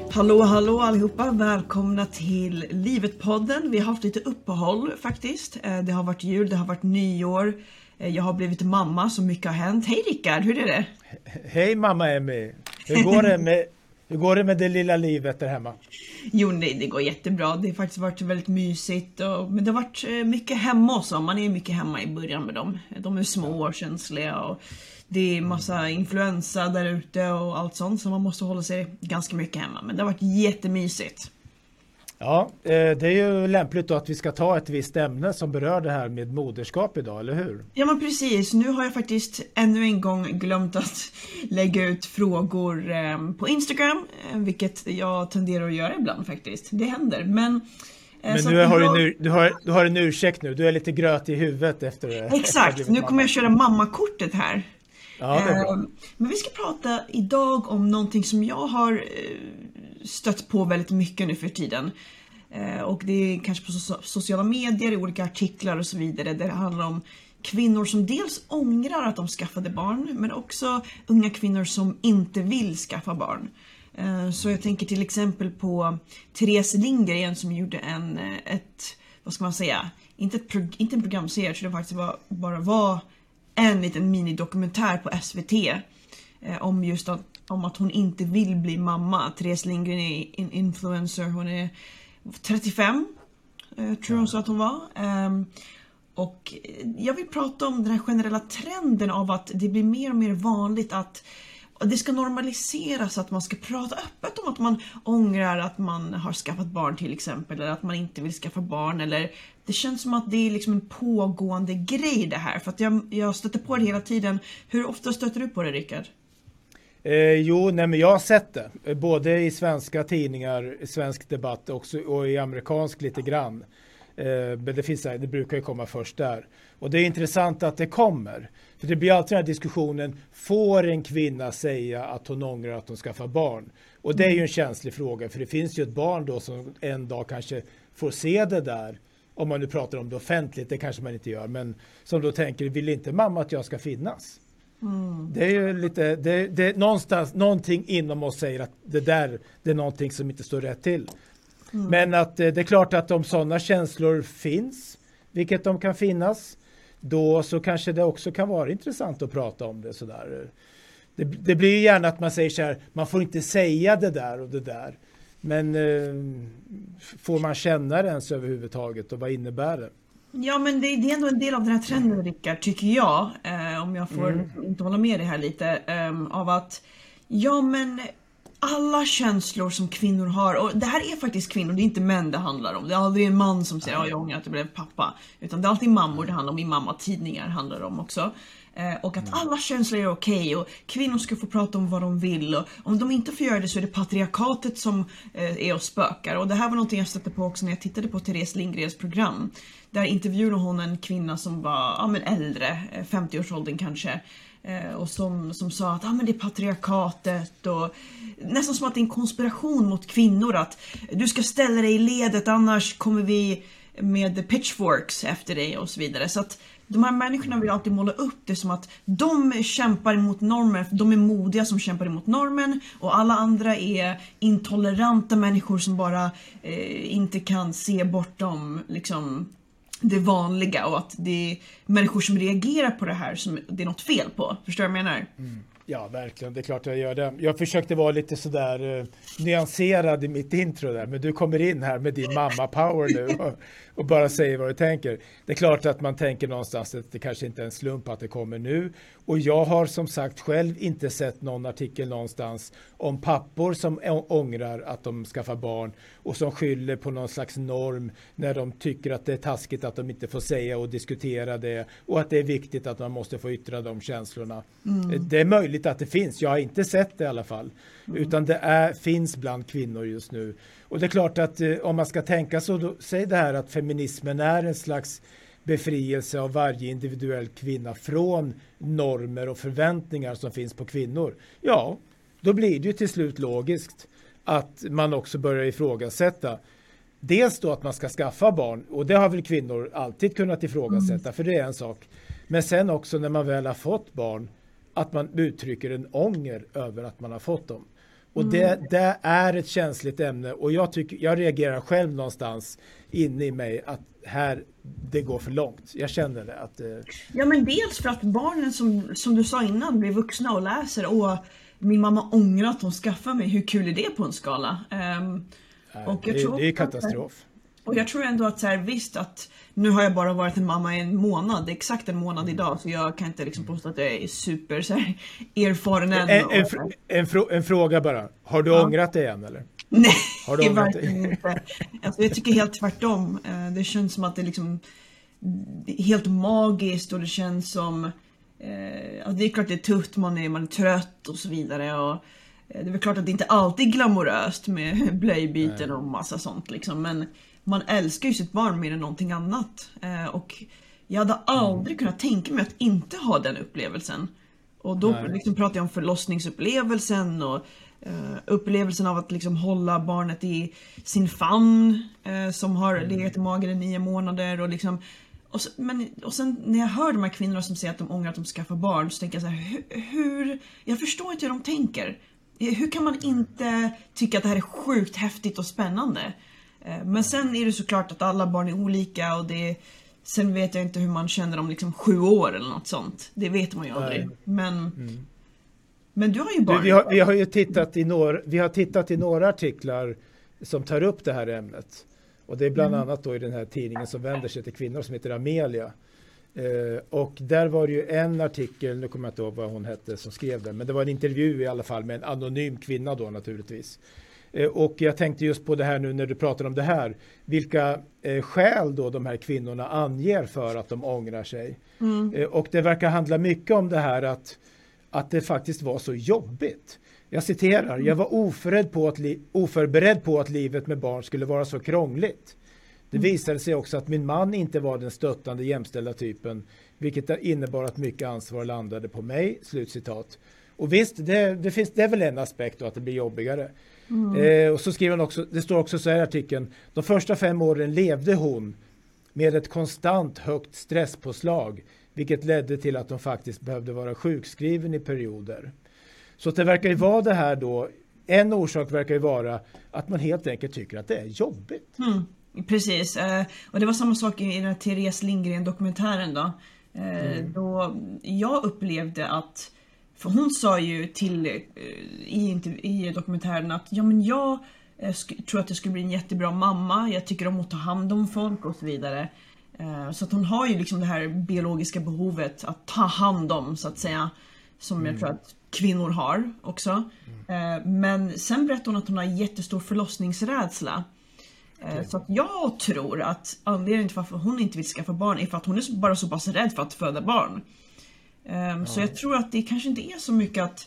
Hallå allihopa, välkomna till Livet-podden. Vi har haft lite uppehåll faktiskt. Det har varit jul, det har varit nyår. Jag har blivit mamma, så mycket har hänt. Hej Rickard, hur är det? Hej mamma Emmy. Hur går det med det lilla livet där hemma? Jo, nej, det går jättebra. Det har faktiskt varit väldigt mysigt. Men det har varit mycket hemma också. Man är mycket hemma i början med dem. De är små och känsliga och det är massa influensa där ute och allt sånt. Så man måste hålla sig ganska mycket hemma. Men det har varit jättemysigt. Ja, det är ju lämpligt då att vi ska ta ett visst ämne som berör det här med moderskap idag, eller hur? Ja, men precis. Nu har jag faktiskt ännu en gång glömt att lägga ut frågor på Instagram, vilket jag tenderar att göra ibland faktiskt. Det händer, men nu har du har en ursäkt nu. Du är lite gröt i huvudet efter det. Exakt, nu kommer jag köra mammakortet här. Ja, det är bra. Men vi ska prata idag om någonting som jag har stött på väldigt mycket nu för tiden. Och det är kanske på sociala medier, i olika artiklar och så vidare. Där det handlar om kvinnor som dels ångrar att de skaffade barn, men också unga kvinnor som inte vill skaffa barn. Så jag tänker till exempel på Therese Lindgren som gjorde vad ska man säga, inte en programserie, så det faktiskt var en liten minidokumentär på SVT om just om att hon inte vill bli mamma. Therese Lindgren är en influencer, hon är 35 tror hon så att hon var. Och jag vill prata om den här generella trenden av att det blir mer och mer vanligt att det ska normaliseras, att man ska prata öppet om att man ångrar att man har skaffat barn till exempel, eller att man inte vill skaffa barn, eller det känns som att det är liksom en pågående grej det här, för att jag stöter på det hela tiden. Hur ofta stöter du på det, Rickard? Men jag har sett det både i svenska tidningar, svensk debatt också, och i amerikansk lite grann. Men det brukar ju komma först där. Och det är intressant att det kommer. För det blir alltid den här diskussionen, får en kvinna säga att hon ångrar att hon skaffar barn? Och det är ju en känslig fråga, för det finns ju ett barn då som en dag kanske får se det där. Om man nu pratar om det offentligt, det kanske man inte gör. Men som då tänker, vill inte mamma att jag ska finnas? Det är ju lite, det någonstans, någonting inom oss säger att det är någonting som inte står rätt till. Men att det är klart att om sådana känslor finns, vilket de kan finnas, då så kanske det också kan vara intressant att prata om det sådär. Det blir ju gärna att man säger så här, man får inte säga det där och det där. Men får man känna det ens överhuvudtaget, och vad innebär det? Ja, men det är ändå en del av den här trenden, Rickard, tycker jag, om jag får inte hålla med dig här lite, av att alla känslor som kvinnor har, och det här är faktiskt kvinnor, det är inte män det handlar om. Det är aldrig en man som säger jag ångrar att jag blev pappa, utan det är alltid mammor det handlar om, i mammatidningar handlar det om också. Och att alla känslor är okej, och kvinnor ska få prata om vad de vill, och om de inte får göra det så är det patriarkatet som är och spökar. Och det här var någonting jag stötte på också när jag tittade på Therese Lindgrens program. Där intervjuade hon en kvinna som var äldre, 50-årsåldern kanske, och som sa att men det är patriarkatet, och nästan som att det är en konspiration mot kvinnor, att du ska ställa dig i ledet, annars kommer vi med pitchforks efter dig och så vidare. Så att de här människorna vill alltid måla upp det som att de kämpar emot normen, de är modiga som kämpar emot normen, och alla andra är intoleranta människor som bara inte kan se bortom liksom det vanliga, och att det är människor som reagerar på det här som det är något fel på. Förstår du vad jag menar? Ja, verkligen. Det är klart jag gör det. Jag försökte vara lite sådär nyanserad i mitt intro där, men du kommer in här med din mamma-power nu och bara säger vad du tänker. Det är klart att man tänker någonstans att det kanske inte är en slump att det kommer nu. Och jag har som sagt själv inte sett någon artikel någonstans om pappor som ångrar att de skaffar barn och som skyller på någon slags norm när de tycker att det är taskigt att de inte får säga och diskutera det, och att det är viktigt att man måste få yttra de känslorna. Det är möjligt att det finns. Jag har inte sett det i alla fall. Utan det finns bland kvinnor just nu. Och det är klart att om man ska tänka så, då, säg det här att feminismen är en slags befrielse av varje individuell kvinna från normer och förväntningar som finns på kvinnor. Ja, då blir det ju till slut logiskt att man också börjar ifrågasätta. Dels då att man ska skaffa barn, och det har väl kvinnor alltid kunnat ifrågasätta, för det är en sak. Men sen också när man väl har fått barn, att man uttrycker en ånger över att man har fått dem. Och det är ett känsligt ämne och jag reagerar själv någonstans inne i mig att här, det går för långt. Jag känner det. Att, Ja, men dels för att barnen som du sa innan blir vuxna och läser och min mamma ångrar att hon skaffade mig. Hur kul är det på en skala? Och jag tror det är katastrof. Och jag tror ändå att så här, visst att nu har jag bara varit en mamma i en månad, exakt en månad idag, så jag kan inte liksom påstå att jag är super så här, erfaren än. En fråga bara. Har du ångrat dig än eller? Nej, har du ångrat verkligen inte. Alltså, jag tycker helt tvärtom. Det känns som att det är liksom helt magiskt och det känns som alltså, det är klart det är tufft, man är trött och så vidare och det är väl klart att det inte alltid är glamoröst med blöjbyten och massa sånt liksom, men man älskar ju sitt barn mer än någonting annat. Och jag hade aldrig kunnat tänka mig att inte ha den upplevelsen. Och då liksom pratar jag om förlossningsupplevelsen och upplevelsen av att liksom hålla barnet i sin famn som har legat i magen i 9 månader och liksom och sen när jag hör de här kvinnorna som säger att de ångrar att de skaffar barn, så tänker jag så här, hur jag förstår inte hur de tänker. Hur kan man inte tycka att det här är sjukt häftigt och spännande? Men sen är det såklart att alla barn är olika och sen vet jag inte hur man känner om liksom 7 år eller något sånt. Det vet man ju aldrig. Men du har ju barn. Vi har ju tittat i några artiklar som tar upp det här ämnet. Och det är bland annat då i den här tidningen som vänder sig till kvinnor som heter Amelia. Och där var det ju en artikel, nu kommer jag inte ihåg vad hon hette som skrev den, men det var en intervju i alla fall med en anonym kvinna då naturligtvis. Och jag tänkte just på det här nu när du pratar om det här, vilka skäl då de här kvinnorna anger för att de ångrar sig. Och det verkar handla mycket om det här att det faktiskt var så jobbigt. Jag citerar, jag var oförberedd på att livet med barn skulle vara så krångligt. Det visade sig också att min man inte var den stöttande jämställda typen, vilket innebar att mycket ansvar landade på mig, slutcitat. Och visst, det är väl en aspekt då, att det blir jobbigare. Och så skriver hon också, det står också så här i artikeln, de första 5 åren levde hon med ett konstant högt stresspåslag, vilket ledde till att hon faktiskt behövde vara sjukskriven i perioder. Så det verkar ju vara det här då, en orsak verkar ju vara att man helt enkelt tycker att det är jobbigt. Precis, och det var samma sak i den här Therese Lindgren-dokumentären då. Då jag upplevde att, för hon sa ju i dokumentären att ja, men jag tror att jag skulle bli en jättebra mamma, jag tycker om att ta hand om folk och så vidare. Så att hon har ju liksom det här biologiska behovet att ta hand om, så att säga, som jag tror att kvinnor har också. Men sen berättade hon att hon har jättestor förlossningsrädsla. Så att jag tror att anledningen till varför hon inte vill skaffa barn är för att hon är bara så pass rädd för att föda barn. Så jag tror att det kanske inte är så mycket att,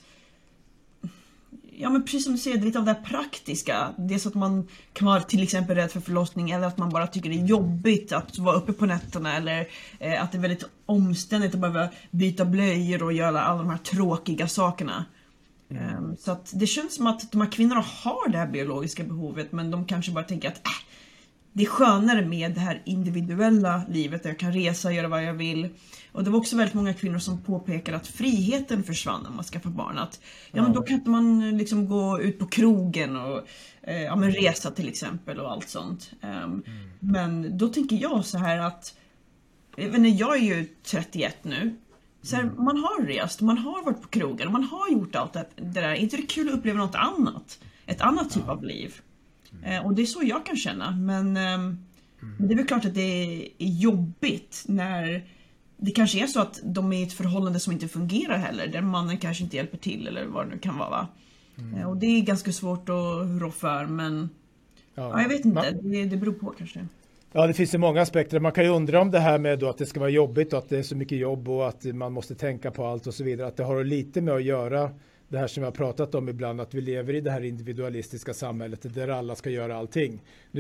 ja men precis som du säger, det är lite av det praktiska. Det är så att man kan vara till exempel rädd för förlossning, eller att man bara tycker det är jobbigt att vara uppe på nätterna, eller att det är väldigt omständigt att behöva byta blöjor och göra alla de här tråkiga sakerna. Så att det känns som att de här kvinnorna har det här biologiska behovet, men de kanske bara tänker att det är skönare med det här individuella livet där jag kan resa och göra vad jag vill. Och det var också väldigt många kvinnor som påpekade att friheten försvann när man skaffar barn. Att men då kan inte man liksom gå ut på krogen och men resa till exempel och allt sånt. Men då tänker jag så här att, jag är ju 31 nu. Så här, man har rest, man har varit på krogen, man har gjort allt det där. Inte det kul att uppleva något annat? Ett annat typ av liv. Och det är så jag kan känna. Men det är väl klart att det är jobbigt när det kanske är så att de är i ett förhållande som inte fungerar heller. Där mannen kanske inte hjälper till eller vad det nu kan vara, va? Och det är ganska svårt att rå för, men jag vet inte, det beror på kanske. Ja, det finns ju många aspekter. Man kan ju undra om det här med då att det ska vara jobbigt och att det är så mycket jobb och att man måste tänka på allt och så vidare. Att det har lite med att göra det här som vi har pratat om ibland, att vi lever i det här individualistiska samhället där alla ska göra allting.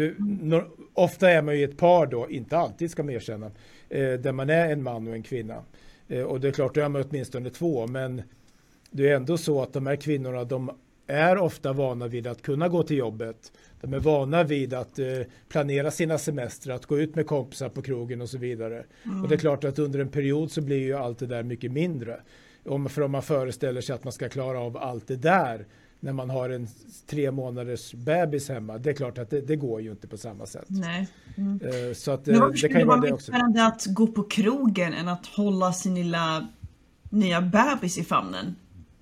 Ofta är man ju ett par då, inte alltid ska man erkänna, där man är en man och en kvinna. Och det är klart, då är man åtminstone 2, men det är ändå så att de här kvinnorna, de är ofta vana vid att kunna gå till jobbet. De är vana vid att planera sina semestrar, att gå ut med kompisar på krogen och så vidare. Och det är klart att under en period så blir ju allt det där mycket mindre. För om man föreställer sig att man ska klara av allt det där när man har en 3 månaders bebis hemma. Det är klart att det går ju inte på samma sätt. Nej. Så att Men det kan ju vara det också. Det var mer att gå på krogen än att hålla sin lilla nya bebis i famnen.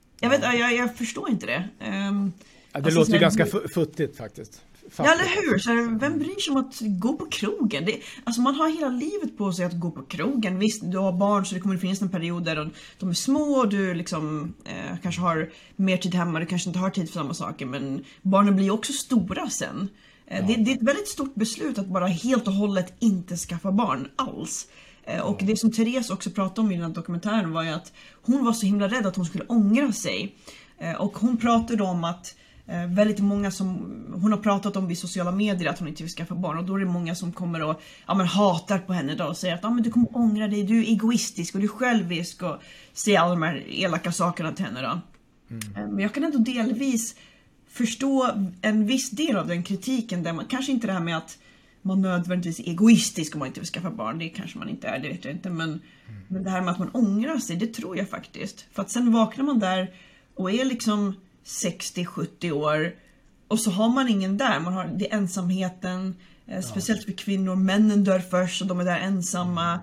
Jag förstår inte det. Det låter ju ganska futtigt faktiskt. Ja, eller hur? Så vem bryr sig om att gå på krogen? Alltså man har hela livet på sig att gå på krogen. Visst, du har barn så det kommer att finnas en period där de är små och du liksom kanske har mer tid hemma. Du kanske inte har tid för samma saker, men barnen blir också stora sen. Det är ett väldigt stort beslut att bara helt och hållet inte skaffa barn alls. Och det som Therese också pratade om i den här dokumentären var ju att hon var så himla rädd att hon skulle ångra sig. Och hon pratade om att väldigt många som hon har pratat om i sociala medier att hon inte vill skaffa barn, och då är det många som kommer och hatar på henne då och säger att men du kommer ångra dig, du är egoistisk och du är självisk och säger alla de här elaka sakerna till henne då. Men jag kan ändå delvis förstå en viss del av den kritiken där man kanske inte det här med att man nödvändigtvis är egoistisk om man inte vill skaffa barn, det kanske man inte är, det vet jag inte, men det här med att man ångrar sig, det tror jag faktiskt, för att sen vaknar man där och är liksom 60-70 år och så har man ingen där, man har det ensamheten, speciellt för kvinnor, männen dör först och de är där ensamma.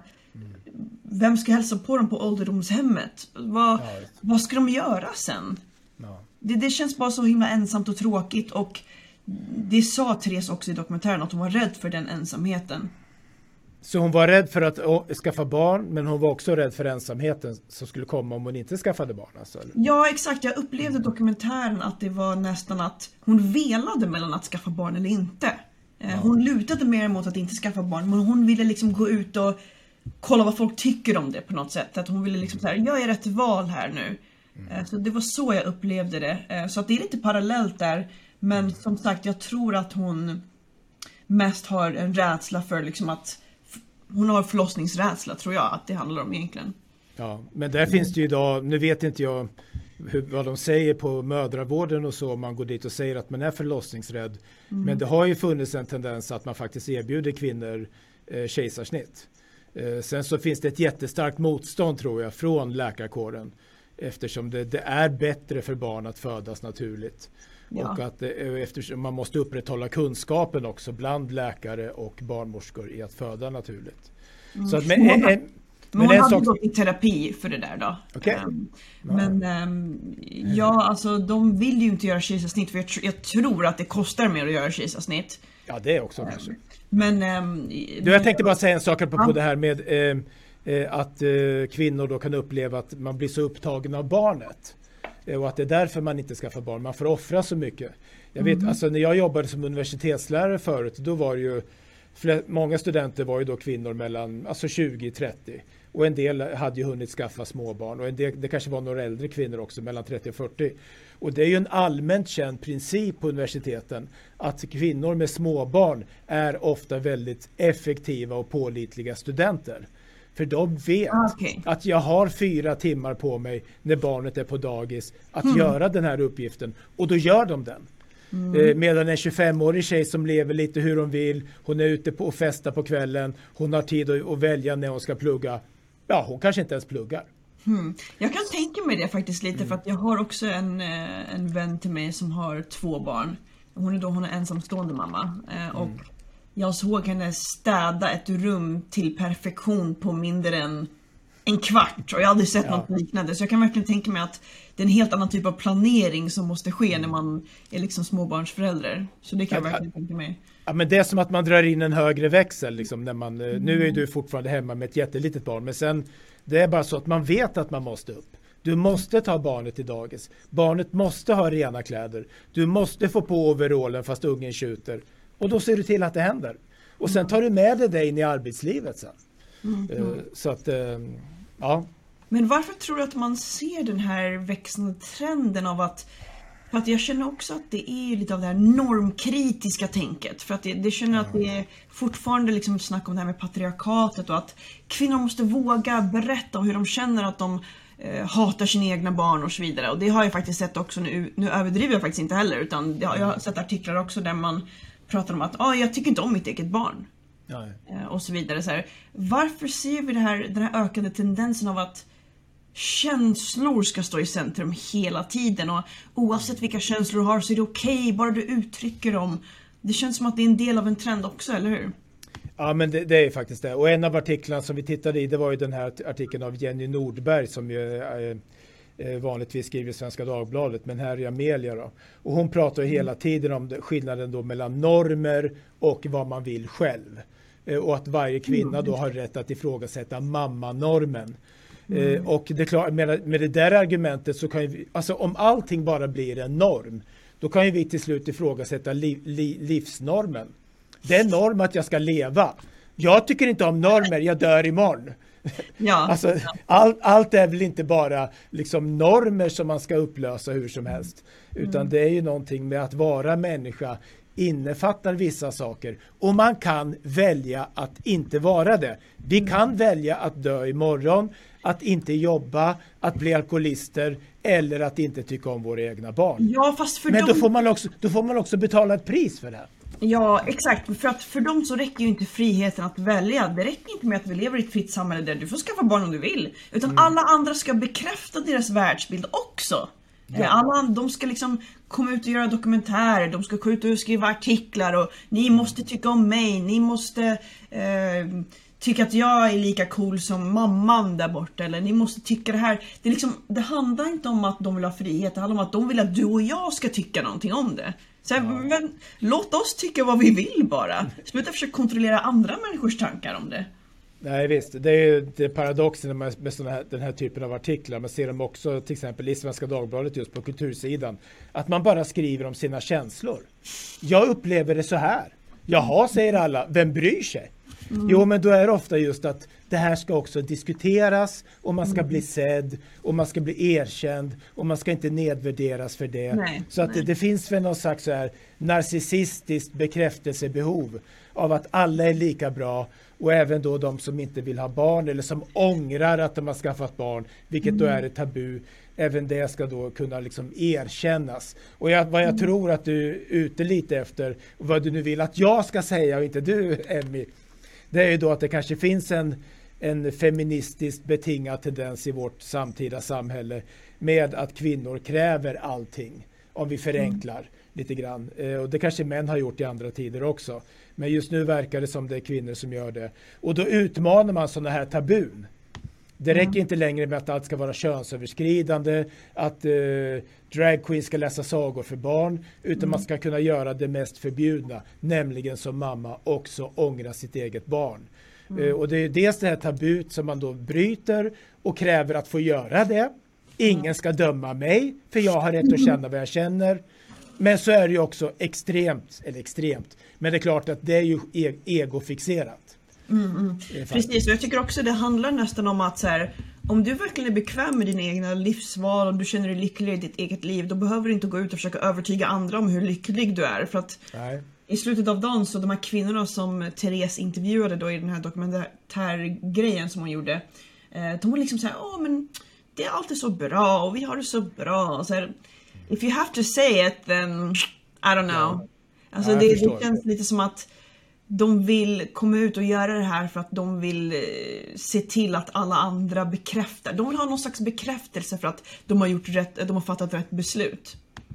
Vem ska hälsa på dem på ålderdomshemmet? Vad ska de göra sen? Det känns bara så himla ensamt och tråkigt, och det sa Therese också i dokumentären att hon var rädd för den ensamheten. Så hon var rädd för att skaffa barn, men hon var också rädd för ensamheten som skulle komma om hon inte skaffade barn. Alltså. Ja, exakt. Jag upplevde dokumentären att det var nästan att hon velade mellan att skaffa barn eller inte. Hon lutade mer mot att inte skaffa barn, men hon ville liksom gå ut och kolla vad folk tycker om det på något sätt. Att hon ville liksom säga, jag är rätt val här nu. Så det var så jag upplevde det. Så att det är lite parallellt där. Men som sagt, jag tror att hon mest har en rädsla för liksom att hon har förlossningsrädsla, tror jag att det handlar om egentligen. Ja, men där finns det ju idag, nu vet inte jag vad de säger på mödravården och så, om man går dit och säger att man är förlossningsrädd. Men det har ju funnits en tendens att man faktiskt erbjuder kvinnor kejsarsnitt. Sen så finns det ett jättestarkt motstånd, tror jag, från läkarkåren, eftersom det är bättre för barn att födas naturligt. Ja. Och att eftersom man måste upprätthålla kunskapen också bland läkare och barnmorskor i att föda naturligt. Så att, men hon hade gått i terapi för det där då. Okay. Alltså de vill ju inte göra kejsarsnitt, för jag tror att det kostar mer att göra kejsarsnitt. Ja, det är också kanske. Jag tänkte bara säga en sak på det här med att kvinnor då kan uppleva att man blir så upptagen av barnet. Och att det är därför man inte skaffar barn. Man får offra så mycket. Jag vet, alltså när jag jobbade som universitetslärare förut, då var det ju många studenter var ju då kvinnor mellan 20-30. Och en del hade ju hunnit skaffa småbarn. Och en del, det kanske var några äldre kvinnor också, mellan 30 och 40. Och det är ju en allmänt känd princip på universiteten att kvinnor med småbarn är ofta väldigt effektiva och pålitliga studenter. För de vet att jag har 4 timmar på mig när barnet är på dagis att göra den här uppgiften. Och då gör de den. Medan en 25-årig tjej som lever lite hur hon vill, hon är ute på och festar på kvällen, hon har tid att välja när hon ska plugga. Ja, hon kanske inte ens pluggar. Jag kan tänka mig det faktiskt lite, för att jag har också en vän till mig som har 2 barn. Hon är ensamstående mamma. Och jag såg henne städa ett rum till perfektion på mindre än en kvart. Och jag har aldrig sett något liknande. Så jag kan verkligen tänka mig att det är en helt annan typ av planering som måste ske när man är liksom småbarnsförälder. Så det kan jag verkligen tänka mig. Ja, men det är som att man drar in en högre växel. Liksom, när man, nu är du fortfarande hemma med ett jättelitet barn. Men sen, det är bara så att man vet att man måste upp. Du måste ta barnet till dagis. Barnet måste ha rena kläder. Du måste få på overallen fast ungen tjuter. Och då ser du till att det händer. Och sen tar du med dig in i arbetslivet sen. Så att, ja. Men varför tror du att man ser den här växande trenden av att... För att jag känner också att det är lite av det här normkritiska tänket. För att det känner att det är fortfarande liksom snack om det här med patriarkatet. Och att kvinnor måste våga berätta om hur de känner att de hatar sina egna barn och så vidare. Och det har jag faktiskt sett också nu. Nu överdriver jag faktiskt inte heller. Utan jag har sett artiklar också där man pratar om att jag tycker inte om mitt eget barn. Och så vidare. Så här. Varför ser vi den här ökade tendensen av att känslor ska stå i centrum hela tiden. Och oavsett vilka känslor du har så är det okej, bara du uttrycker dem. Det känns som att det är en del av en trend också, eller hur? Ja, men det är faktiskt det. Och en av artiklarna som vi tittade i, det var ju den här artikeln av Jenny Nordberg som ju vanligtvis skriver i Svenska Dagbladet, men här är Amelia då. Och hon pratar ju hela tiden om skillnaden då mellan normer och vad man vill själv. Och att varje kvinna då har rätt att ifrågasätta mammanormen. Och det är klart, med det där argumentet så kan ju, alltså om allting bara blir en norm, då kan ju vi till slut ifrågasätta livsnormen. Det är norm att jag ska leva. Jag tycker inte om normer, jag dör imorgon. Ja, alltså, allt är väl inte bara liksom normer som man ska upplösa hur som helst. Utan det är ju någonting med att vara människa innefattar vissa saker. Och man kan välja att inte vara det. Vi kan välja att dö imorgon, att inte jobba, att bli alkoholister eller att inte tycka om våra egna barn. Ja, fast men då får man också betala ett pris för det. Ja, exakt. För att för dem så räcker ju inte friheten att välja. Det räcker inte med att vi lever i ett fritt samhälle där du får skaffa barn om du vill. Utan alla andra ska bekräfta deras världsbild också. Ja. De ska liksom komma ut och göra dokumentärer. De ska gå ut och skriva artiklar. Och ni måste tycka om mig. Ni måste tycka att jag är lika cool som mamman där borta. Eller ni måste tycka det här. Det handlar inte om att de vill ha frihet. Det handlar om att de vill att du och jag ska tycka någonting om det. Så men låt oss tycka vad vi vill bara. Sluta försöka kontrollera andra människors tankar om det. Nej visst, det är ju det paradoxen med den här typen av artiklar. Man ser dem också till exempel i Svenska Dagbladet just på kultursidan. Att man bara skriver om sina känslor. Jag upplever det så här. Jaha, säger alla. Vem bryr sig? Jo, men då är det ofta just att det här ska också diskuteras och man ska bli sedd och man ska bli erkänd och man ska inte nedvärderas för det. Så att det finns väl någon slags så här narcissistiskt bekräftelsebehov av att alla är lika bra och även då de som inte vill ha barn eller som ångrar att de har skaffat barn, vilket då är ett tabu. Även det ska då kunna liksom erkännas. Och vad jag tror att du är ute lite efter och vad du nu vill att jag ska säga och inte du, Emmy, det är ju då att det kanske finns en feministiskt betingad tendens i vårt samtida samhälle med att kvinnor kräver allting, om vi förenklar lite grann. Och det kanske män har gjort i andra tider också. Men just nu verkar det som det är kvinnor som gör det. Och då utmanar man sådana här tabun. Det räcker inte längre med att allt ska vara könsöverskridande, att drag queens ska läsa sagor för barn, utan man ska kunna göra det mest förbjudna, nämligen som mamma också ångra sitt eget barn. Och det är dels det här tabut som man då bryter och kräver att få göra det. Ingen ska döma mig, för jag har rätt att känna vad jag känner. Men så är det ju också extremt, men det är klart att det är ju egofixerat. Precis, och jag tycker också det handlar nästan om att så här, om du verkligen är bekväm med dina egna livsval och du känner dig lycklig i ditt eget liv, då behöver du inte gå ut och försöka övertyga andra om hur lycklig du är. För att i slutet av dagen så de här kvinnorna som Therese intervjuade då i den här dokumentärgrejen som hon gjorde, de var liksom så här, men det är alltid så bra och vi har det så bra. Så här, if you have to say it then I don't know. Alltså det känns lite som att de vill komma ut och göra det här för att de vill se till att alla andra bekräftar. De vill ha någon slags bekräftelse för att de har gjort rätt, de har fattat rätt beslut.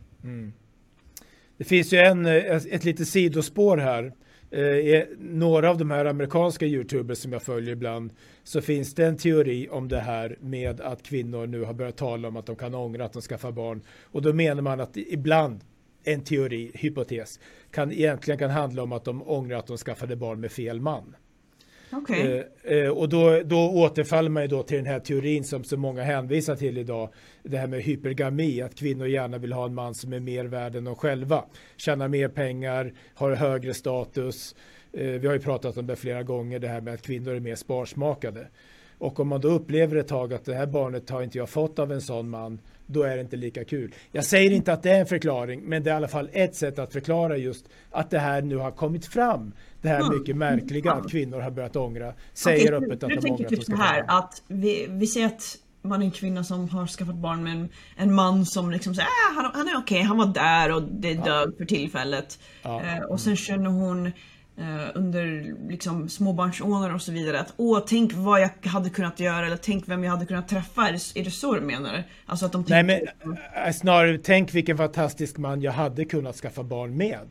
Det finns ju ett litet sidospår här. Några av de här amerikanska YouTubers som jag följer ibland, så finns det en teori om det här med att kvinnor nu har börjat tala om att de kan ångra att de skaffar barn. Och då menar man att ibland en teori, hypotes, egentligen kan handla om att de ångrar att de skaffade barn med fel man. Och då återfaller man ju då till den här teorin som så många hänvisar till idag, det här med hypergami, att kvinnor gärna vill ha en man som är mer värd än de själva, tjänar mer pengar, har högre status. Vi har ju pratat om det flera gånger, det här med att kvinnor är mer sparsmakade. Och om man då upplever ett tag att det här barnet har inte jag fått av en sån man, då är det inte lika kul. Jag säger inte att det är en förklaring, men det är i alla fall ett sätt att förklara just att det här nu har kommit fram. Det här mycket märkliga att kvinnor har börjat ångra. Säger öppet att de ångrar typ så här, att vi ser att man är en kvinna som har skaffat barn med en man som liksom säger han är okej, han var där och det dög för tillfället. Och sen känner hon under liksom småbarnsåren och så vidare, att tänk vad jag hade kunnat göra, eller tänk vem jag hade kunnat träffa, är det så du menar? Alltså att de Nej, men snarare tänk vilken fantastisk man jag hade kunnat skaffa barn med.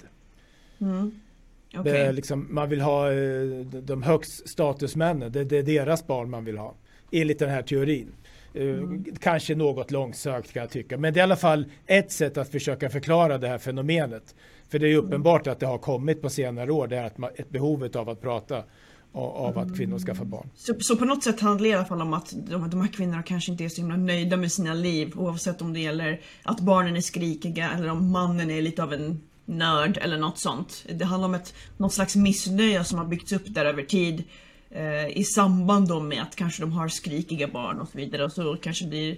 Okay. Liksom, man vill ha de högst statusmännen, det är deras barn man vill ha, enligt den här teorin. Kanske något långsökt kan jag tycka, men det är i alla fall ett sätt att försöka förklara det här fenomenet. För det är uppenbart att det har kommit på senare år, det är ett behovet av att prata av att kvinnor ska få barn. Så på något sätt handlar det i alla fall om att de här kvinnorna kanske inte är så himla nöjda med sina liv, oavsett om det gäller att barnen är skrikiga eller om mannen är lite av en nörd eller något sånt. Det handlar om något slags missnöje som har byggts upp där över tid, i samband då med att kanske de har skrikiga barn och så vidare, och så kanske blir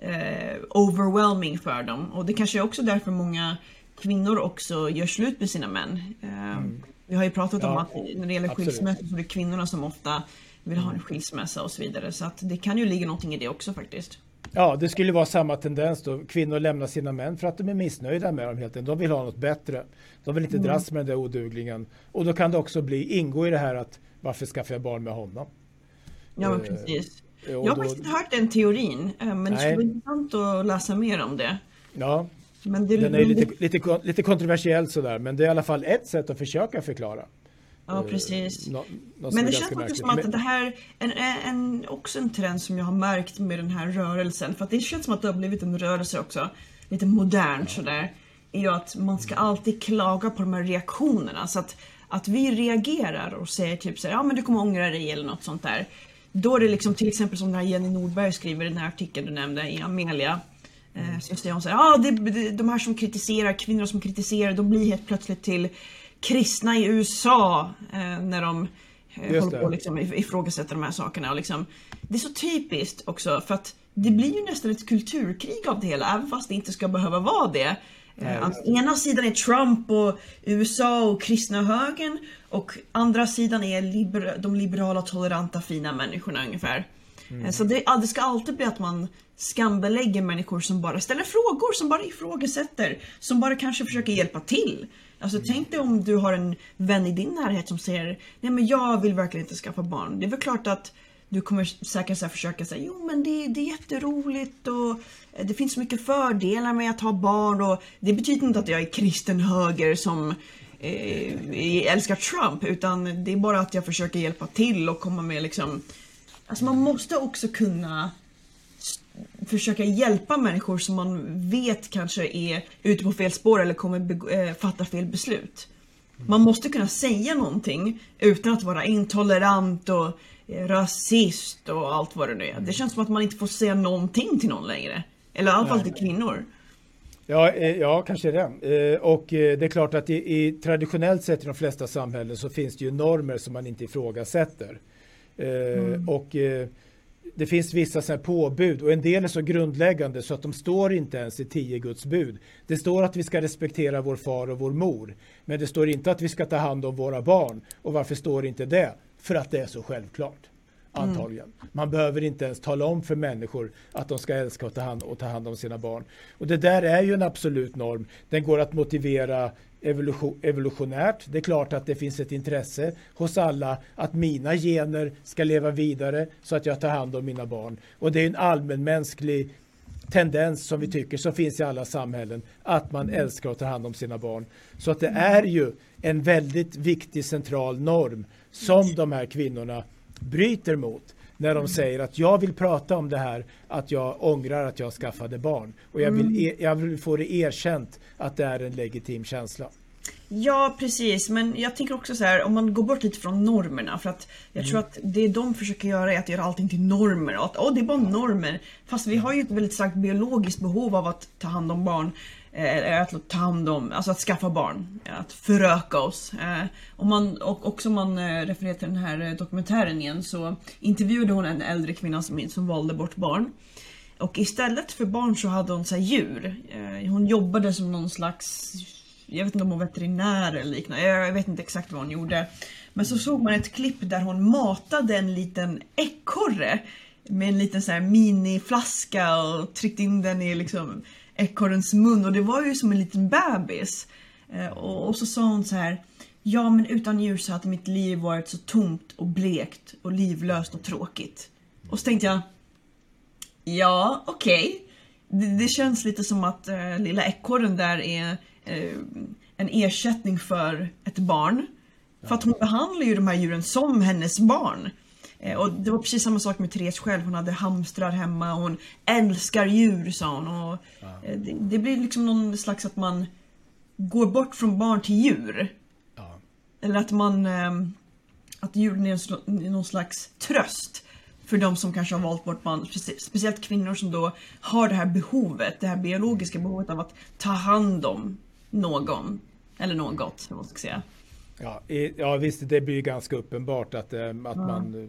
overwhelming för dem. Och det kanske är också därför många kvinnor också gör slut med sina män. Vi har ju pratat om att när det gäller skilsmässa så är det kvinnorna som ofta vill ha en skilsmässa och så vidare. Så att det kan ju ligga någonting i det också faktiskt. Ja, det skulle vara samma tendens då. Kvinnor lämnar sina män för att de är missnöjda med dem helt enkelt. De vill ha något bättre. De vill inte dras med den där oduglingen. Och då kan det också ingå i det här att varför skaffar jag barn med honom? Ja, men precis. Jag har faktiskt inte hört den teorin, men det skulle vara intressant att läsa mer om det. Ja, men den är lite kontroversiell sådär, men det är i alla fall ett sätt att försöka förklara. Ja, precis. Men det känns faktiskt som att det här är också en trend som jag har märkt med den här rörelsen. För att det känns som att det har blivit en rörelse också, lite modern sådär. Är ju att man ska alltid klaga på de här reaktionerna. Så att vi reagerar och säger typ så här, ja men du kommer ångra dig eller något sånt där. Då är det liksom till exempel som den här Jenny Nordberg skriver i den här artikeln du nämnde i Amelia. Så säger hon så här, de här som kritiserar, kvinnor som kritiserar, de blir helt plötsligt till kristna i USA när de håller på liksom ifrågasätter de här sakerna. Och liksom, det är så typiskt också, för att det blir ju nästan ett kulturkrig av det hela, även fast det inte ska behöva vara det. Ena sidan är Trump och USA och kristna högern, och andra sidan är de liberala, toleranta, fina människorna ungefär. Så det ska alltid bli att man skambelägger människor som bara ställer frågor, som bara ifrågasätter, som bara kanske försöker hjälpa till. Alltså tänk dig om du har en vän i din närhet som säger, nej men jag vill verkligen inte skaffa barn. Det är väl klart att du kommer säkert så försöka säga, jo men det är jätteroligt och det finns så mycket fördelar med att ha barn, och det betyder inte att jag är kristen höger som älskar Trump, utan det är bara att jag försöker hjälpa till och komma med liksom, alltså man måste också kunna försöka hjälpa människor som man vet kanske är ute på fel spår eller kommer fatta fel beslut. Man måste kunna säga någonting utan att vara intolerant och rasist och allt vad det nu är. Det känns som att man inte får säga någonting till någon längre. Eller i alla fall till kvinnor. Ja, kanske det. Och det är klart att traditionellt sett i de flesta samhällen så finns det ju normer som man inte ifrågasätter. Och det finns vissa sådana påbud, och en del är så grundläggande så att de står inte ens i 10 Guds bud. Det står att vi ska respektera vår far och vår mor, men det står inte att vi ska ta hand om våra barn. Och varför står inte det? För att det är så självklart, antagligen. Man behöver inte ens tala om för människor att de ska älska och ta hand om sina barn. Och det där är ju en absolut norm. Den går att motivera evolutionärt. Det är klart att det finns ett intresse hos alla att mina gener ska leva vidare så att jag tar hand om mina barn. Och det är en allmänmänsklig tendens som vi tycker som finns i alla samhällen, att man älskar och tar hand om sina barn. Så att det är ju en väldigt viktig central norm som de här kvinnorna bryter mot när de säger att jag vill prata om det här, att jag ångrar att jag skaffade barn. Och jag vill få det erkänt att det är en legitim känsla. Ja, precis. Men jag tänker också så här, om man går bort lite från normerna, för att jag tror att det de försöker göra är att göra allting till normer. Att det är bara normer. Fast vi har ju ett väldigt starkt biologiskt behov av att ta hand om barn. Att ta hand om, alltså att skaffa barn, att föröka oss. Och också om man refererar till den här dokumentären igen, så intervjuade hon en äldre kvinna som valde bort barn. Och istället för barn så hade hon så här djur. Hon jobbade som någon slags, jag vet inte om hon var veterinär eller liknande, jag vet inte exakt vad hon gjorde. Men så såg man ett klipp där hon matade en liten ekorre med en liten så här miniflaska och tryckte in den i liksom ekorrens mun, och det var ju som en liten bebis. Och så sa hon så här, ja men utan djur så hade mitt liv varit så tomt och blekt och livlöst och tråkigt. Och så tänkte jag, ja okej. Det känns lite som att lilla ekorren där är en ersättning för ett barn. För att hon behandlar ju de här djuren som hennes barn. Och det var precis samma sak med Therese själv. Hon hade hamstrar hemma. Hon älskar djur, sa hon. Och det blir liksom någon slags att man går bort från barn till djur. Ja. Eller att man att djuren är någon slags tröst för de som kanske har valt bort barn. Speciellt kvinnor som då har det här behovet. Det här biologiska behovet av att ta hand om någon. Eller något, vad ska jag säga. Ja, visst, det blir ju ganska uppenbart att man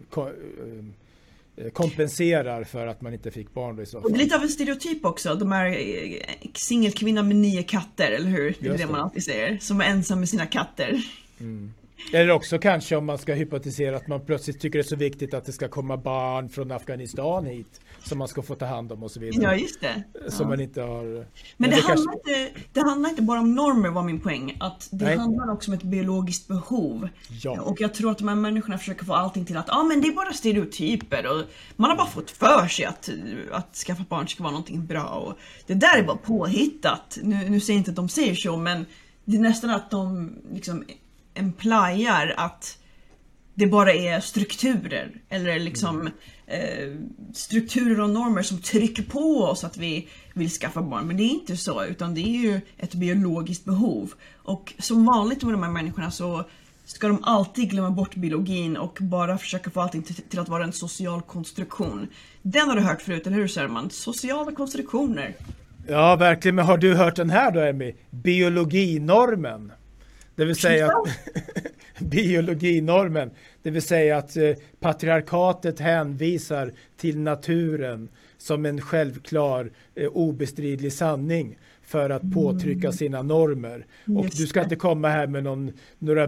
kompenserar för att man inte fick barn. Och lite av en stereotyp också. De här singelkvinnan med 9 katter, eller hur? Det är det man alltid säger. Som är ensam med sina katter. Mm. Eller också kanske om man ska hypotisera att man plötsligt tycker det är så viktigt att det ska komma barn från Afghanistan hit som man ska få ta hand om och så vidare. Ja, just det. Som man inte har... Men det handlar inte bara om normer, var min poäng. Att det handlar också om ett biologiskt behov. Ja. Och jag tror att de här människorna försöker få allting till att men det är bara stereotyper. Och man har bara fått för sig att skaffa barn ska vara någonting bra. Och det där är bara påhittat. Nu säger jag inte att de säger så, men det är nästan att de liksom implyar att det bara är strukturer eller liksom strukturer och normer som trycker på oss att vi vill skaffa barn. Men det är inte så, utan det är ju ett biologiskt behov. Och som vanligt med de här människorna så ska de alltid glömma bort biologin och bara försöka få allting till att vara en social konstruktion. Den har du hört förut, eller hur Sörman? Sociala konstruktioner. Ja, verkligen. Men har du hört den här då, Emmy? Biologinormen. Det vill säga biologinormen. Det vill säga att patriarkatet hänvisar till naturen som en självklar obestridlig sanning för att påtrycka sina normer. Och du ska inte komma här med några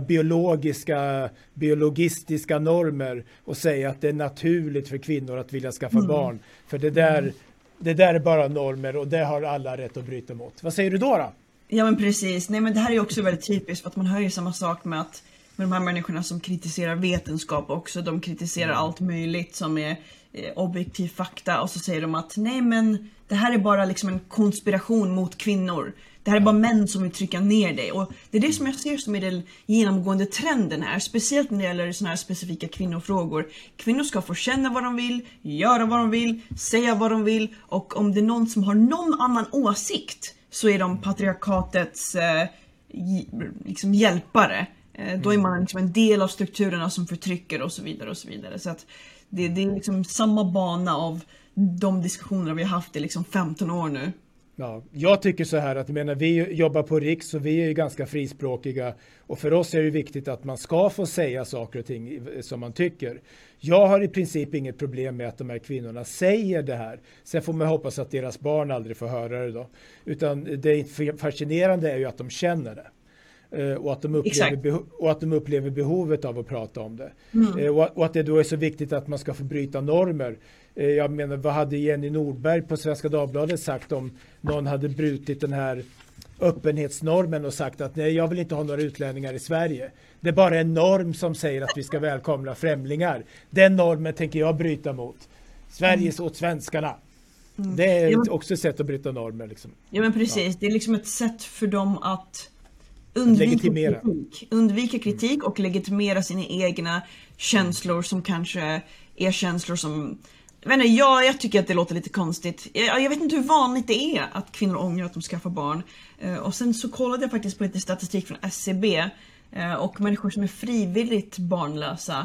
biologistiska normer och säga att det är naturligt för kvinnor att vilja skaffa barn. För det där är bara normer och det har alla rätt att bryta mot. Vad säger du då? Ja men precis, nej men det här är också väldigt typiskt för att man hör ju samma sak med de här människorna som kritiserar vetenskap också. De kritiserar allt möjligt som är objektiv fakta och så säger de att nej men det här är bara liksom en konspiration mot kvinnor. Det här är bara män som vill trycka ner dig. Och det är det som jag ser som är den genomgående trenden här. Speciellt när det gäller såna här specifika kvinnofrågor. Kvinnor ska få känna vad de vill, göra vad de vill, säga vad de vill. Och om det är någon som har någon annan åsikt så är de patriarkatets liksom hjälpare. Då är man liksom en del av strukturerna som förtrycker och så vidare och så vidare. Så att det är liksom samma bana av de diskussioner vi har haft i liksom 15 år nu. Ja, jag tycker så här att vi jobbar på Riks och vi är ju ganska frispråkiga och för oss är det viktigt att man ska få säga saker och ting som man tycker. Jag har i princip inget problem med att de här kvinnorna säger det här. Sen får man hoppas att deras barn aldrig får höra det då. Utan det fascinerande är ju att de känner det. Och att de upplever behovet av att prata om det. Och att det då är så viktigt att man ska få bryta normer. Jag menar, vad hade Jenny Nordberg på Svenska Dagbladet sagt om någon hade brutit den här öppenhetsnormen och sagt att nej, jag vill inte ha några utlänningar i Sverige. Det är bara en norm som säger att vi ska välkomna främlingar. Den normen tänker jag bryta mot. Sveriges åt svenskarna. Det är också ett sätt att bryta normer. Liksom. Ja men precis, det är liksom ett sätt för dem att undvika kritik och legitimera sina egna känslor som kanske är känslor som... Jag tycker att det låter lite konstigt. Jag vet inte hur vanligt det är att kvinnor ångrar att de skaffar barn. Och sen så kollade jag faktiskt på lite statistik från SCB. Och människor som är frivilligt barnlösa,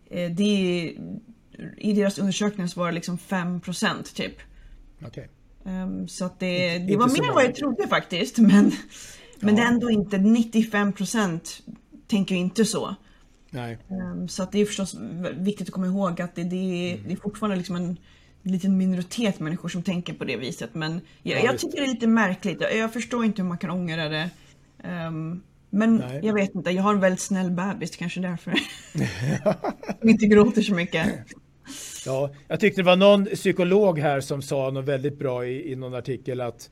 i deras undersökning så var det liksom 5% typ. Okay. Så att det var mer än vad jag trodde faktiskt. Men det är ändå inte 95% tänker inte så. Nej. Så att det är förstås viktigt att komma ihåg att det är fortfarande liksom en liten minoritet människor som tänker på det viset. Men jag tycker det är lite märkligt. Jag förstår inte hur man kan ångra det. Men jag vet inte, jag har en väldigt snäll bebis, kanske därför. Jag inte gråter så mycket. Ja, jag tyckte det var någon psykolog här som sa något väldigt bra i någon artikel att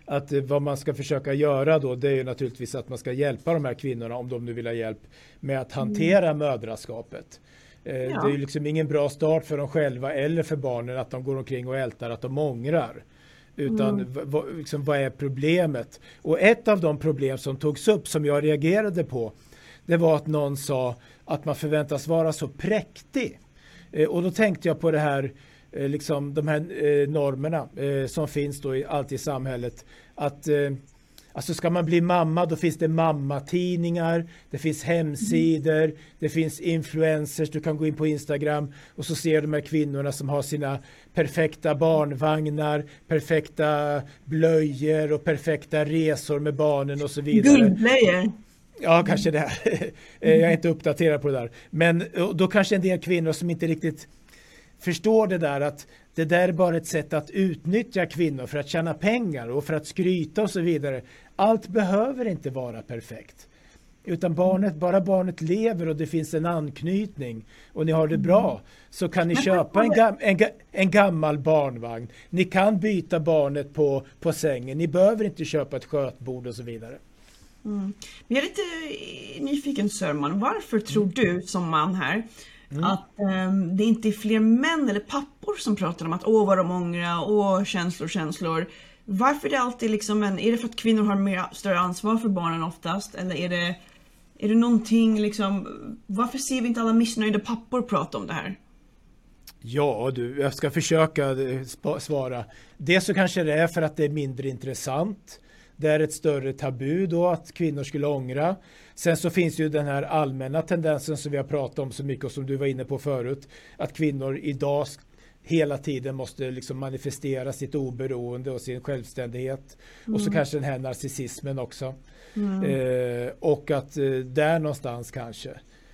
att vad man ska försöka göra då, det är ju naturligtvis att man ska hjälpa de här kvinnorna, om de nu vill ha hjälp med att hantera mödraskapet. Det är ju liksom ingen bra start för dem själva eller för barnen att de går omkring och ältar att de ångrar. Utan liksom, vad är problemet? Och ett av de problem som togs upp som jag reagerade på, det var att någon sa att man förväntas vara så präktig. Och då tänkte jag på det här, liksom de här normerna som finns då alltid i samhället. Att alltså ska man bli mamma, då finns det mammatidningar, det finns hemsidor, det finns influencers, du kan gå in på Instagram och så ser de här kvinnorna som har sina perfekta barnvagnar, perfekta blöjor och perfekta resor med barnen och så vidare. Guldblöjor. Ja, kanske det här. Jag är inte uppdaterad på det där. Men då kanske en del kvinnor som inte riktigt förstår det där, att det där är bara ett sätt att utnyttja kvinnor för att tjäna pengar och för att skryta och så vidare. Allt behöver inte vara perfekt. Utan bara barnet lever och det finns en anknytning och ni har det bra, så kan ni köpa en gammal barnvagn. Ni kan byta barnet på sängen. Ni behöver inte köpa ett skötbord och så vidare. Men jag är lite nyfiken, Sörman. Varför tror du som man här att det inte är fler män eller pappor som pratar om att vad de ångrar, känslor. Varför är det alltid liksom är det för att kvinnor har större ansvar för barnen oftast? Eller är det någonting liksom, varför ser vi inte alla missnöjda pappor prata om det här? Ja du, jag ska försöka svara. Det så kanske det är för att det är mindre intressant. Det är ett större tabu då att kvinnor skulle ångra. Sen så finns ju den här allmänna tendensen som vi har pratat om så mycket och som du var inne på förut. Att kvinnor idag hela tiden måste liksom manifestera sitt oberoende och sin självständighet. Och så kanske den här narcissismen också. Och att där någonstans kanske.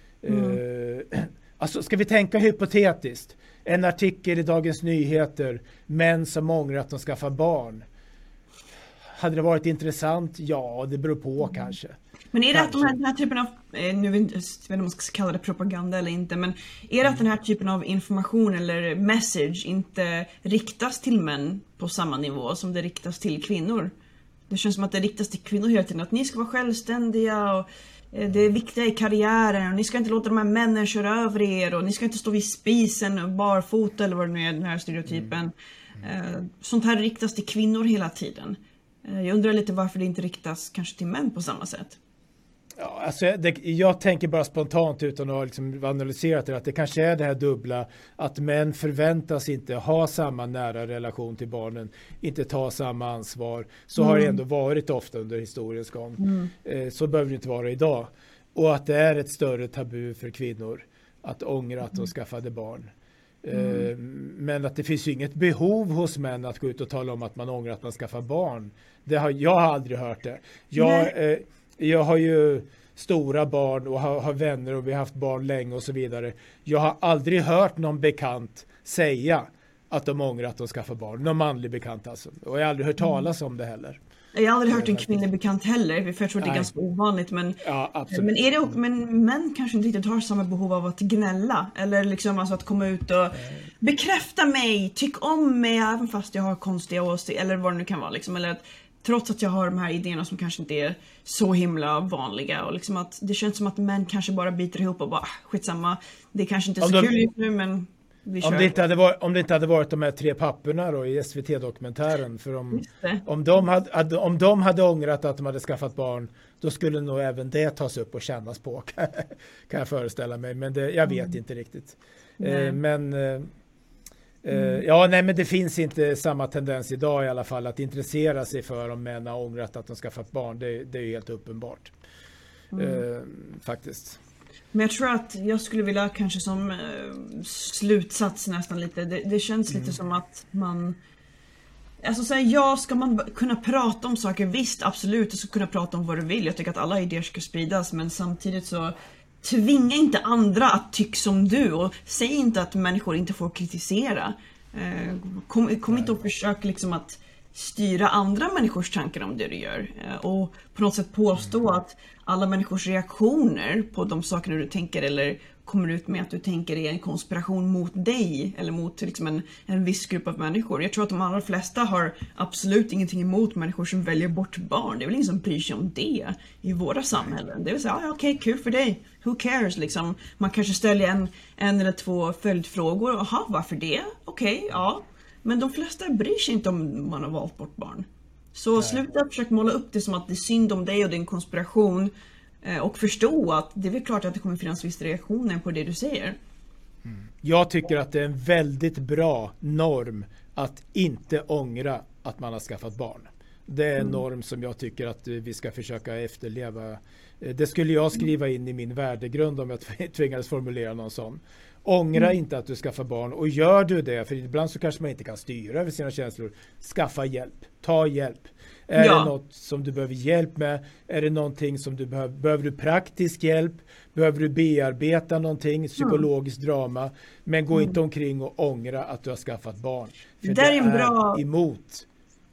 Alltså ska vi tänka hypotetiskt. En artikel i Dagens Nyheter. Män som ångrar att de skaffar barn. Hade det varit intressant? Ja, det beror på kanske. Men är det att den här typen av, nu vet jag inte om man ska kalla det propaganda eller inte, men är det att den här typen av information eller message inte riktas till män på samma nivå som det riktas till kvinnor? Det känns som att det riktas till kvinnor hela tiden, att ni ska vara självständiga och det är viktiga i karriären och ni ska inte låta de här männen köra över er och ni ska inte stå vid spisen och barfota eller vad det nu är, den här stereotypen. Sånt här riktas till kvinnor hela tiden. Jag undrar lite varför det inte riktas kanske till män på samma sätt. Ja, alltså jag tänker bara spontant utan att ha liksom analyserat det, att det kanske är det här dubbla, att män förväntas inte ha samma nära relation till barnen, inte ta samma ansvar. Så har det ändå varit ofta under historiens gång. Så behöver det inte vara idag. Och att det är ett större tabu för kvinnor att ångra att de skaffade barn. Men att det finns ju inget behov hos män att gå ut och tala om att man ångrar att man skaffar barn. Jag har aldrig hört det. Jag har ju stora barn och har vänner och vi har haft barn länge och så vidare. Jag har aldrig hört någon bekant säga att de ångrar att de skaffar barn. Någon manlig bekant alltså. Och jag har aldrig hört talas om det heller. Jag har aldrig hört en kvinnlig bekant heller, för jag tror att det är ganska ovanligt. Men, men män kanske inte riktigt har samma behov av att gnälla. Eller liksom alltså att komma ut och bekräfta mig, tyck om mig även fast jag har konstiga åsikter. Eller vad det nu kan vara. Liksom. Eller att, trots att jag har de här idéerna som kanske inte är så himla vanliga. Och liksom att det känns som att män kanske bara biter ihop och bara skitsamma. Det är kanske inte så kul just nu, men... Om det inte hade varit de här 3 papporna då i SVT-dokumentären, för om de hade ångrat att de hade skaffat barn, då skulle nog även det tas upp och kännas på, kan jag föreställa mig, men jag vet inte riktigt. Men det finns inte samma tendens idag i alla fall att intressera sig för om män har ångrat att de skaffat barn. Det är helt uppenbart faktiskt. Men jag tror att jag skulle vilja kanske som slutsats nästan lite. Det känns lite som att man... Alltså så här, ska man kunna prata om saker? Visst, absolut, du ska kunna prata om vad du vill. Jag tycker att alla idéer ska spridas. Men samtidigt så tvinga inte andra att tycka som du. Och säg inte att människor inte får kritisera. Kom inte och försök liksom att styra andra människors tankar om det du gör. Och på något sätt påstå att alla människors reaktioner på de sakerna du tänker eller kommer ut med att du tänker är en konspiration mot dig eller mot liksom en viss grupp av människor. Jag tror att de allra flesta har absolut ingenting emot människor som väljer bort barn. Det är väl ingen som bryr sig om det i våra samhällen. Det vill säga, okej, kul för dig. Who cares liksom. Man kanske ställer en eller två följdfrågor. Jaha, varför det? Okej, ja. Men de flesta bryr sig inte om man har valt bort barn. Så sluta försöka måla upp det som att det är synd om dig och din konspiration. Och förstå att det är väl klart att det kommer finnas vissa reaktioner på det du säger. Jag tycker att det är en väldigt bra norm att inte ångra att man har skaffat barn. Det är en norm som jag tycker att vi ska försöka efterleva. Det skulle jag skriva in i min värdegrund om jag tvingades formulera någon sån. Ångra inte att du skaffar barn, och gör du det, för ibland så kanske man inte kan styra över sina känslor, skaffa hjälp, ta hjälp. Är det något som du behöver hjälp med? Är det någonting som du behöver du praktisk hjälp? Behöver du bearbeta någonting, psykologiskt drama? Men gå inte omkring och ångra att du har skaffat barn. För det är emot.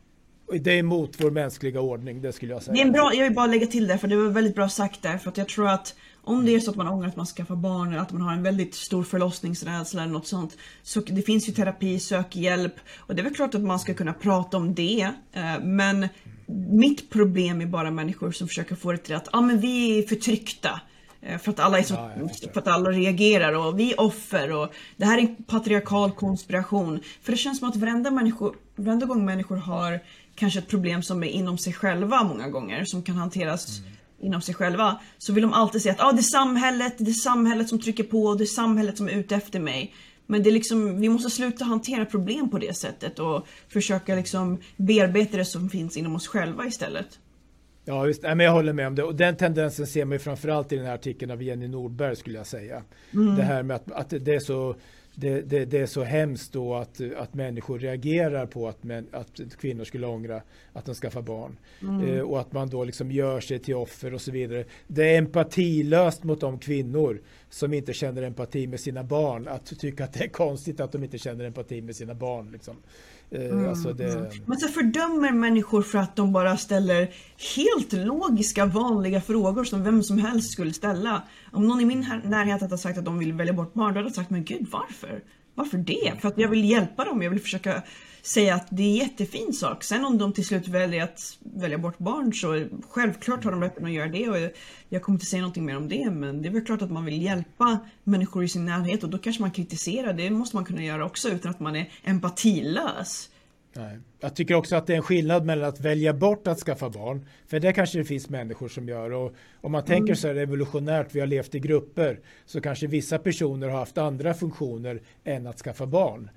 Det är emot vår mänskliga ordning, det skulle jag säga. Det är en bra, jag vill bara lägga till det, för det var väldigt bra sagt där. För att jag tror att om det är så att man ångrar att man skaffar barn eller att man har en väldigt stor förlossningsrädsla eller något sånt, så det finns ju terapi, sök hjälp, och det är väl klart att man ska kunna prata om det. Men mitt problem är bara människor som försöker få det till att men vi är förtryckta. För att alla är så, för att alla reagerar och vi är offer och det här är en patriarkal konspiration. För det känns som att varenda gång människor har kanske ett problem som är inom sig själva många gånger, som kan hanteras inom sig själva, så vill de alltid säga att det är samhället som trycker på, det är samhället som är ute efter mig. Men det är liksom, vi måste sluta hantera problem på det sättet och försöka liksom bearbeta det som finns inom oss själva istället. Ja, just, men jag håller med om det. Och den tendensen ser man ju framförallt i den här artikeln av Jenny Nordberg, skulle jag säga. Det här med att det är så... Det är så hemskt då att människor reagerar på att kvinnor skulle ångra att de skaffar barn. Och att man då liksom gör sig till offer och så vidare. Det är empatilöst mot de kvinnor som inte känner empati med sina barn. Att tycka att det är konstigt att de inte känner empati med sina barn. Liksom. Alltså Men så fördömer människor för att de bara ställer helt logiska, vanliga frågor som vem som helst skulle ställa. Om någon i min närhet hade sagt att de vill välja bort barn, då hade jag sagt, men gud, varför? Varför det? För att jag vill hjälpa dem, jag vill försöka säga att det är en jättefin sak. Sen om de till slut väljer att välja bort barn, så självklart har de rätten att göra det, och jag kommer inte säga någonting mer om det, men det är väl klart att man vill hjälpa människor i sin närhet, och då kanske man kritiserar, det måste man kunna göra också utan att man är empatilös. Nej. Jag tycker också att det är en skillnad mellan att välja bort att skaffa barn, för det kanske det finns människor som gör, och om man tänker så här revolutionärt, vi har levt i grupper, så kanske vissa personer har haft andra funktioner än att skaffa barn.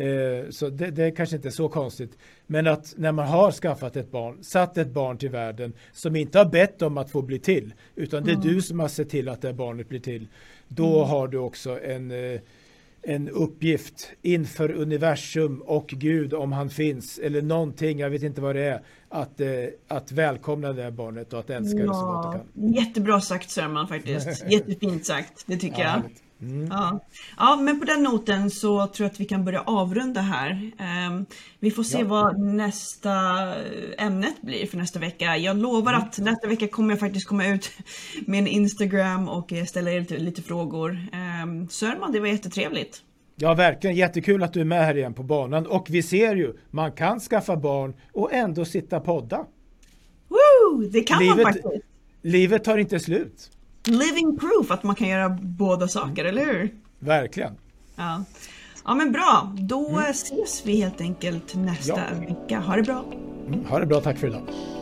Så det kanske inte är så konstigt, men att när man har skaffat ett barn, satt ett barn till världen som inte har bett om att få bli till, utan det är du som har sett till att det barnet blir till, då har du också en uppgift inför universum och Gud, om han finns, eller någonting, jag vet inte vad det är, att välkomna det här barnet och att älska det så gott det kan. Jättebra sagt, Sörman, faktiskt. Jättefint sagt, det tycker jag. Ja, men på den noten så tror jag att vi kan börja avrunda här. Vi får se vad nästa ämnet blir för nästa vecka. Jag lovar att nästa vecka kommer jag faktiskt komma ut med en Instagram och ställa er lite frågor. Sörman, det var jättetrevligt. Ja, verkligen. Jättekul att du är med här igen på banan. Och vi ser ju, man kan skaffa barn och ändå sitta podda. Woo! Det kan man faktiskt. Livet tar inte slut. Living proof att man kan göra båda saker, eller hur? Verkligen. Ja, men bra. Då ses vi helt enkelt nästa vecka. Ha det bra. Ha det bra, tack för idag.